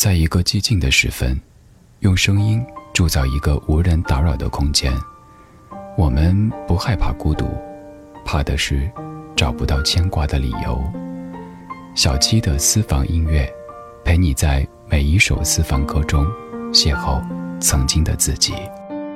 在一个寂静的时分，用声音铸造一个无人打扰的空间。我们不害怕孤独，怕的是找不到牵挂的理由。小七的私房音乐，陪你在每一首私房歌中邂逅曾经的自己。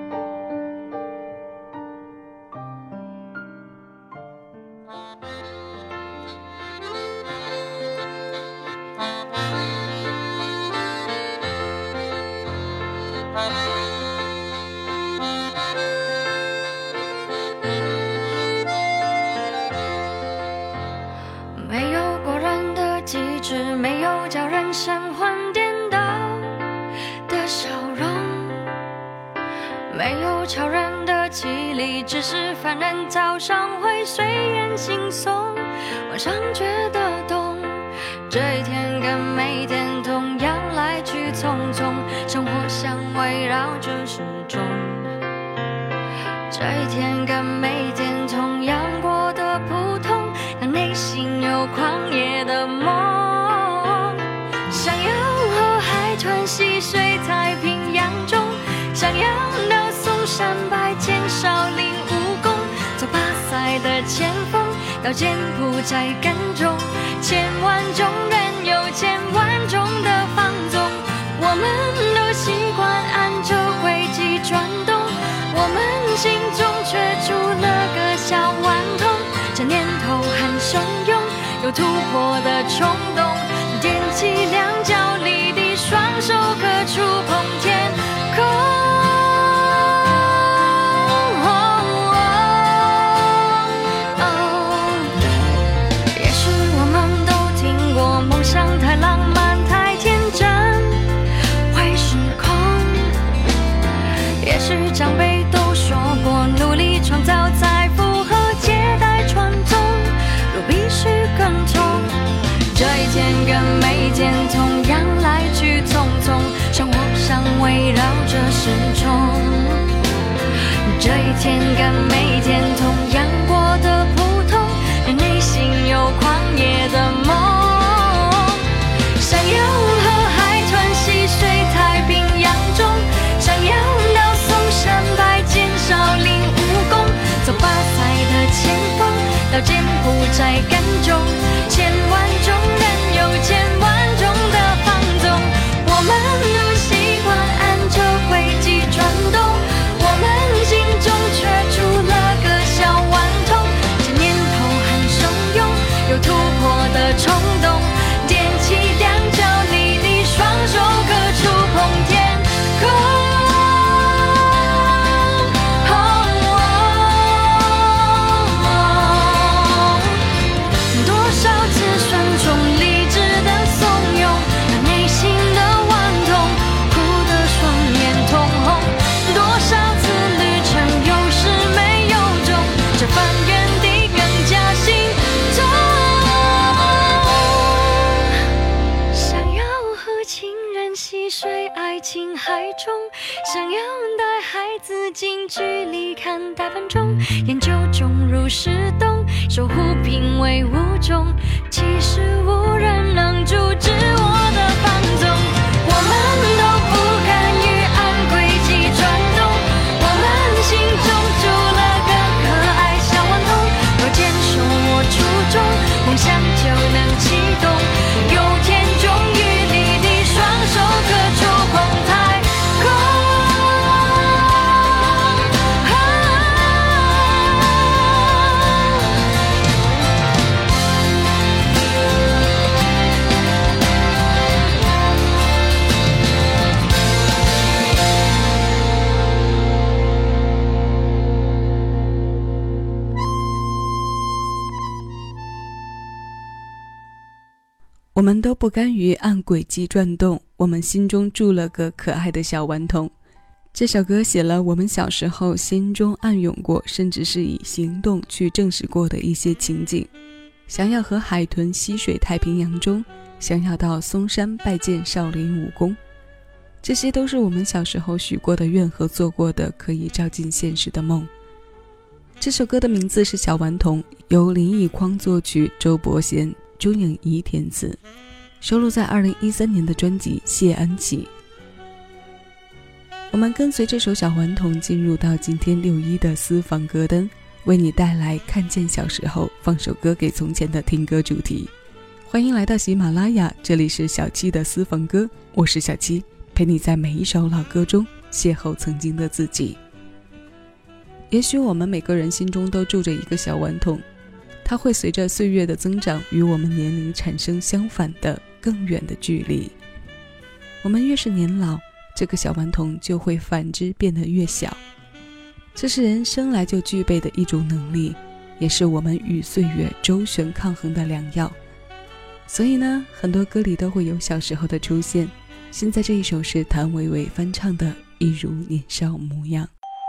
没有果然的机智，没有叫人神魂颠倒的笑容，没有超人的气力，只是凡人早上会随缘轻松，晚上觉得冻。这一天跟每天同样来去匆匆，生活像围绕着时钟。这一天跟每天同样过得普通，但内心有狂野的梦，想要和海豚戏水太平洋中，想要到嵩山拜见少林武功，做巴塞的前锋，到柬埔寨跟踪，千万种人有千万种的放纵，我们都习惯按着轨迹转动，我们心中却住了个小顽童，这年头很汹涌，有突破的冲动，踮起两脚离地，双手各触碰天空。也许我们都听过，梦想太浪漫太天真会失控，也许长辈都说过，努力创造财富和接待传宗，若必须跟从，这一天跟每天同样来去匆匆，生活像围绕着时钟，这一天跟每天同样过得普通，但内心有狂野的梦，想要和海豚戏水太平洋中，想要到嵩山拜见少林武功，走巴塞的前锋，到柬埔寨跟踪，千万种人有千万种的放纵，我们都习惯按着轨迹转动，我们心中却住了个小顽童，这年头很汹涌，有突破的冲动，踮起两脚离地，双手各触碰天空。爱情海中，想要带孩子近距离看大笨钟，研究钟如是洞，守护品味无种，其实无人能阻止我的放纵，我们都不甘于按轨迹转动，我们心中住了个可爱小顽童，若坚守我初衷，梦想就能启动，有天终于离地，双手各触碰太空。 我们都不甘于按轨迹转动，我们心中住了个可爱的小顽童。这首歌写了我们小时候心中暗涌过，甚至是以行动去证实过的一些情景。想要和海豚戏水太平洋中，想要到嵩山拜见少林武功，这些都是我们小时候许过的愿和做过的可以照进现实的梦。这首歌的名字是小顽童，由林奕匡作曲，周伯贤、朱颖怡填词。 收录在2013年的专辑《谢安琪》。我们跟随这首小顽童进入到今天6·1的私房歌单，为你带来看见小时候，放首歌给从前的听歌主题。欢迎来到喜马拉雅，这里是小七的私房歌，我是小七，陪你在每一首老歌中邂逅曾经的自己。也许我们每个人心中都住着一个小顽童，它会随着岁月的增长与我们年龄产生相反的更远的距离。我们越是年老，这个小顽童就会反之变得越小。这是人生来就具备的一种能力，也是我们与岁月周旋抗衡的良药。所以呢，很多歌里都会有小时候的出现。现在这一首是谭维维翻唱的《一如年少模样》。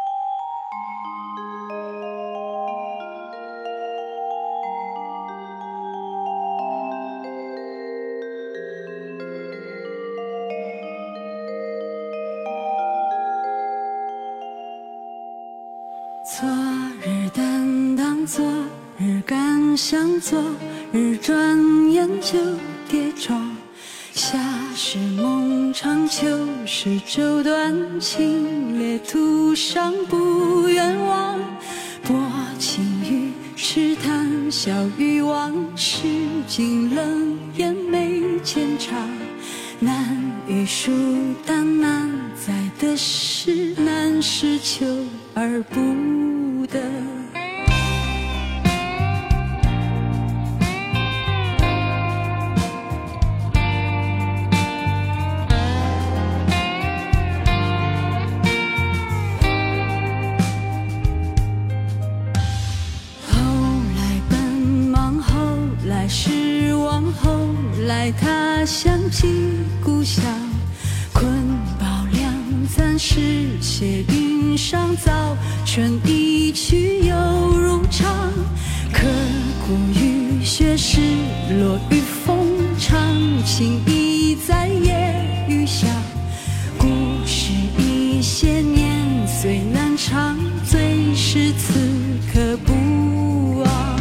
昨日担当，昨日敢想，昨日转眼就跌撞。夏时梦长，秋时愁断，清冽途上不愿忘。薄情于痴谈，笑于往事，尽冷眼眉间长。难于疏淡，难在的是难是求而不得。失望，后来他想起故乡，困饱两暂时写云上，早春一去又如常。刻骨于血，失落于风长，情意在夜雨下。故事一些年虽难长，最是此刻不忘。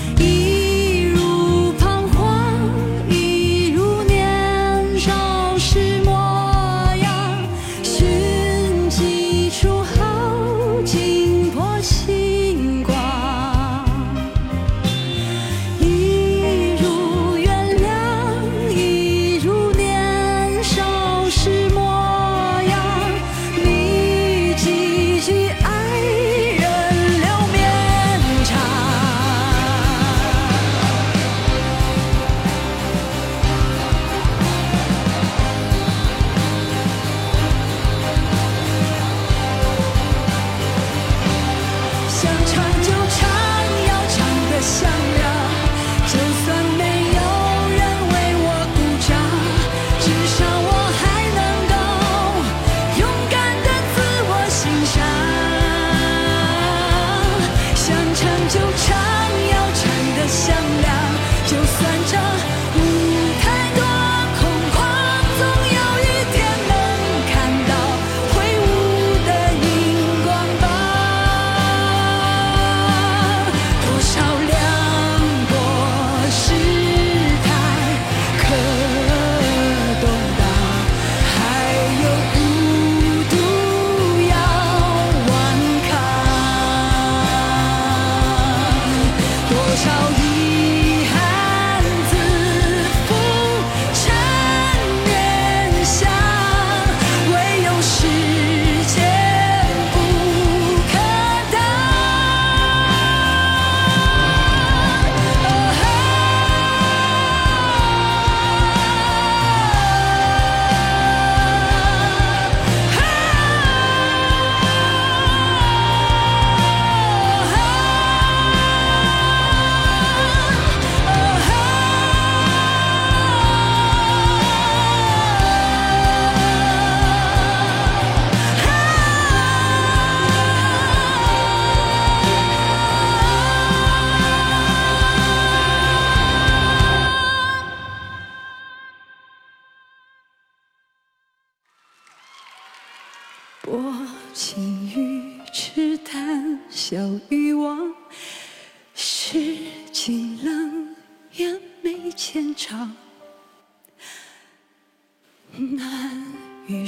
薄情于痴谈，笑于往事，尽冷眼眉间长。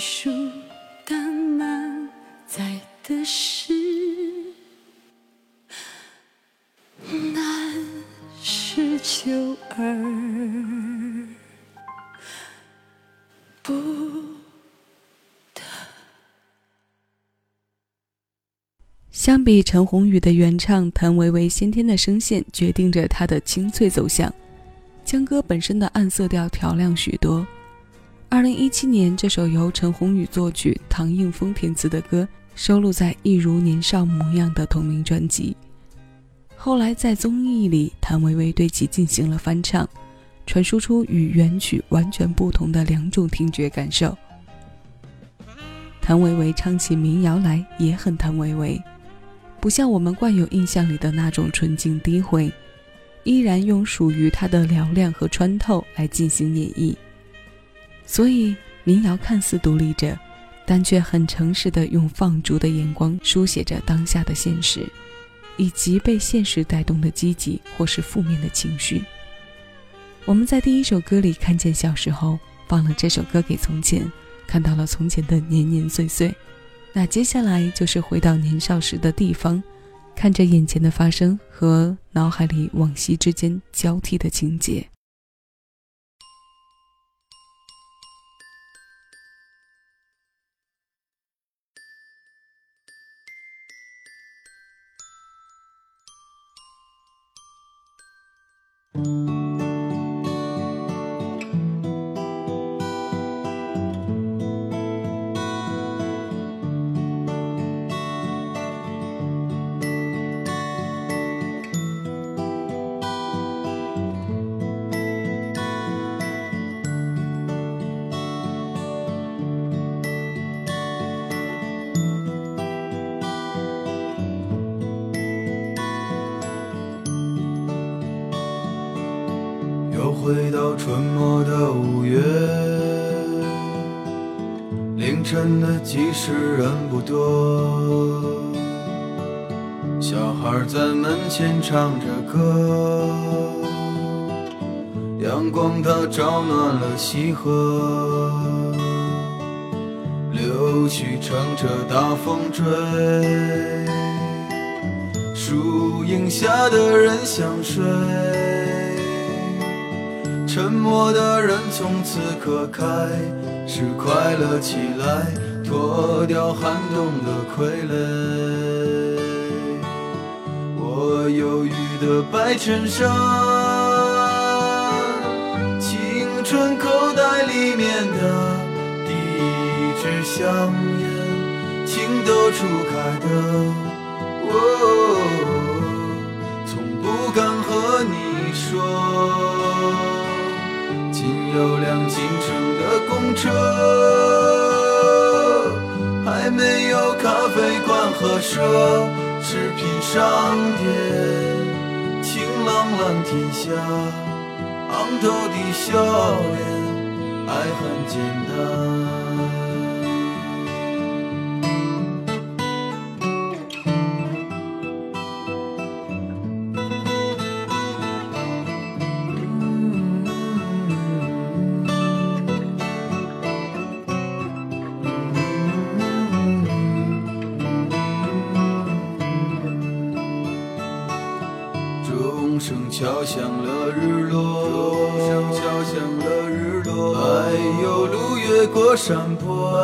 数淡满载的是南是秋儿不得。 相比陈鸿宇的原唱，谭维维先天的声线决定着她的清脆走向，将歌本身的暗色调调亮许多。2017年，这首由陈鸿宇作曲、唐映枫填词的歌收录在《一如年少模样》的同名专辑。后来在综艺里，谭维维对其进行了翻唱，传输出与原曲完全不同的两种听觉感受。谭维维唱起民谣来也很谭维维，不像我们惯有印象里的那种纯净低回，依然用属于她的嘹亮和穿透来进行演绎。所以民谣看似独立着，但却很诚实地用放逐的眼光书写着当下的现实，以及被现实带动的积极或是负面的情绪。我们在第一首歌里看见小时候，放了这首歌给从前，看到了从前的年年岁岁。那接下来就是回到年少时的地方，看着眼前的发生和脑海里往昔之间交替的情节。 又回到春末的5月，凌晨的集市人不多，小孩在门前唱着歌，阳光它照暖了溪河，柳絮乘着大风追，树荫下的人想睡，沉默的人从此刻开始快乐起来，脱掉寒冬的傀儡。我忧郁的白衬衫，青春口袋里面的第一支香烟，情窦初开的从不敢和你说。有辆进城的公车，还没有咖啡馆和奢侈品商店，晴朗蓝天下，昂头的笑脸，爱很简单。钟声敲响了日落，哎呦路越过山坡，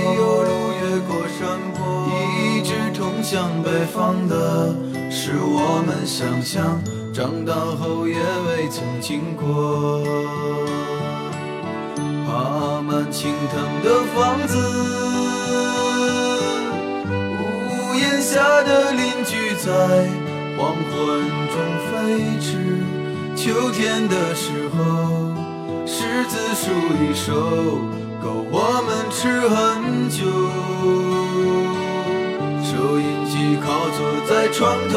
一直通向北方的是我们想象，长大后也未曾经过。爬满青藤的房子，屋檐下的邻居在黄昏中飞驰，秋天的时候，柿子树一熟，够我们吃很久。收音机靠坐在床头，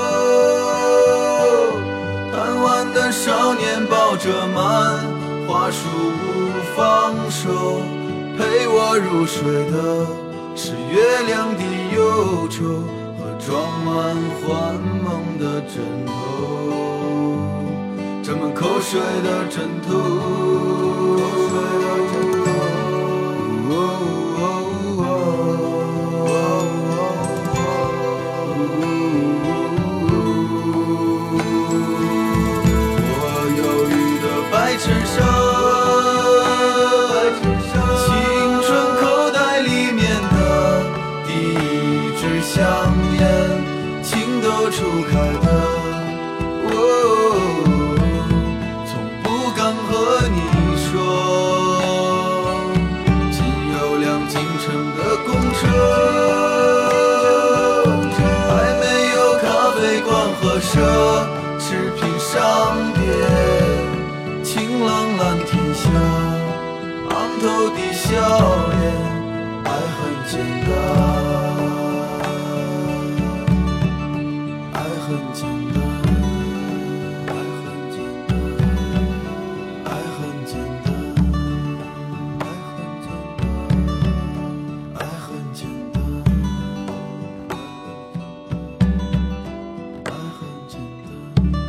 贪玩的少年抱着漫画书不放手，陪我入睡的是月亮的忧愁，装满幻梦的枕头，沾满口水的枕头， 的持平上边，晴朗蓝天下，昂头的笑脸，爱很简单，爱很简单，爱很简单，爱很简单，爱很简单，爱很简单。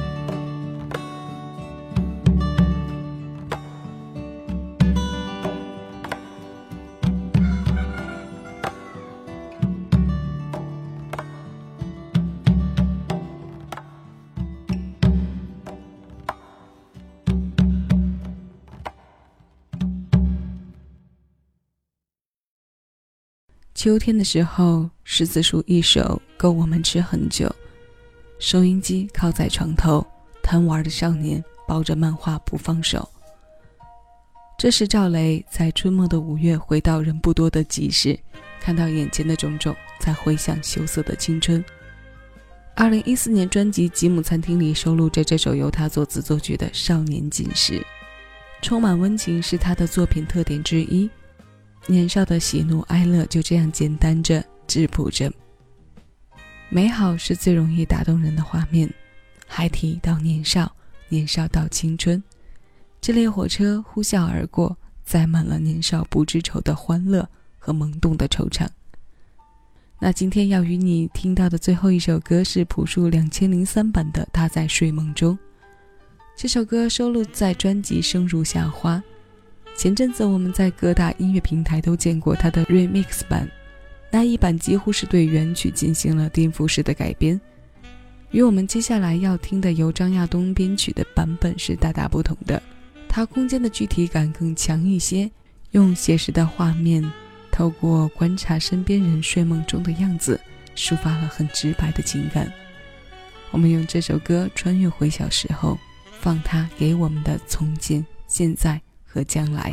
秋天的时候，柿子树一手够我们吃很久。收音机靠在床头，贪玩的少年抱着漫画不放手。这时赵雷在春末的5月回到人不多的集市，看到眼前的种种，在回想羞涩的青春。2014年专辑《吉姆餐厅》里收录着这首由他作词作曲的《少年锦时》，充满温情是他的作品特点之一。年少的喜怒哀乐就这样简单着质朴着，美好是最容易打动人的画面。孩提到年少，年少到青春，这列火车呼啸而过，载满了年少不知愁的欢乐和萌动的惆怅。那今天要与你听到的最后一首歌是朴树2003版的《他在睡梦中》。这首歌收录在专辑《生如夏花》。前阵子我们在各大音乐平台都见过他的 remix 版，那一版几乎是对原曲进行了颠覆式的改编，与我们接下来要听的由张亚东编曲的版本是大大不同的。它空间的具体感更强一些，用写实的画面，透过观察身边人睡梦中的样子，抒发了很直白的情感。我们用这首歌穿越回小时候，放它给我们的从前、现在和将来。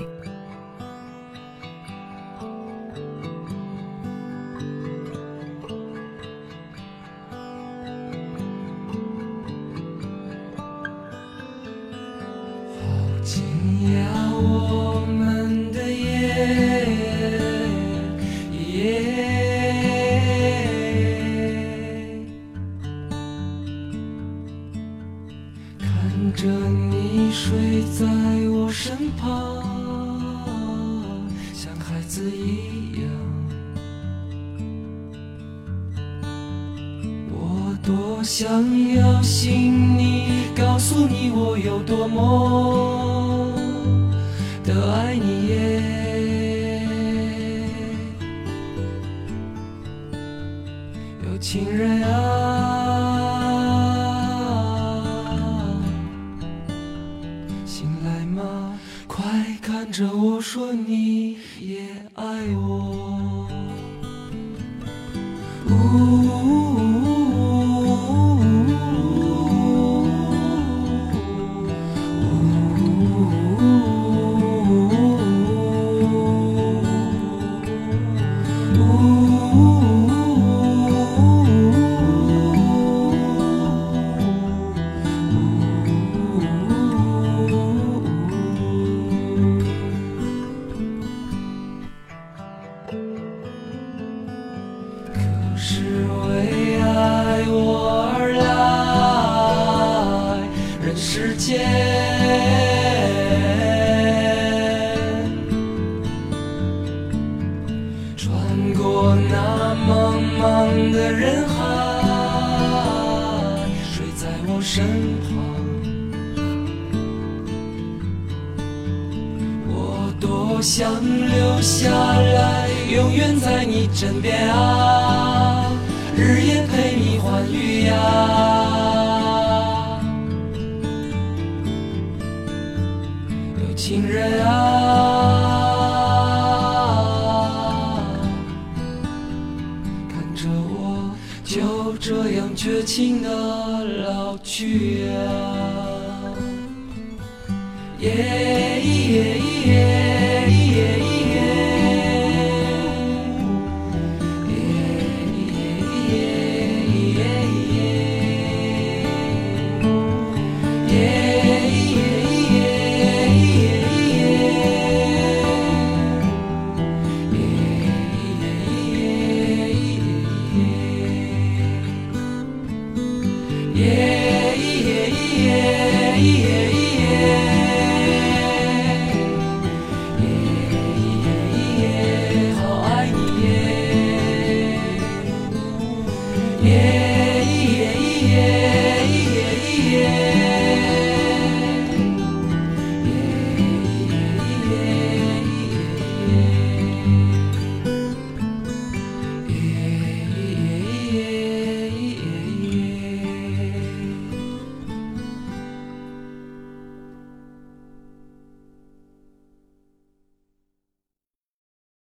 好惊讶我们的夜，看着你睡在我身旁，像孩子一样。我多想要信你，告诉你我有多么的爱你耶。有情人啊，醒来吗？快看着我说你也爱我。是为爱我而来人世间，穿过那茫茫的人海，睡在我身旁。我多想留下来，永远在你枕边啊，日夜陪你欢愉呀。有情人啊，看着我就这样绝情的老去呀。耶耶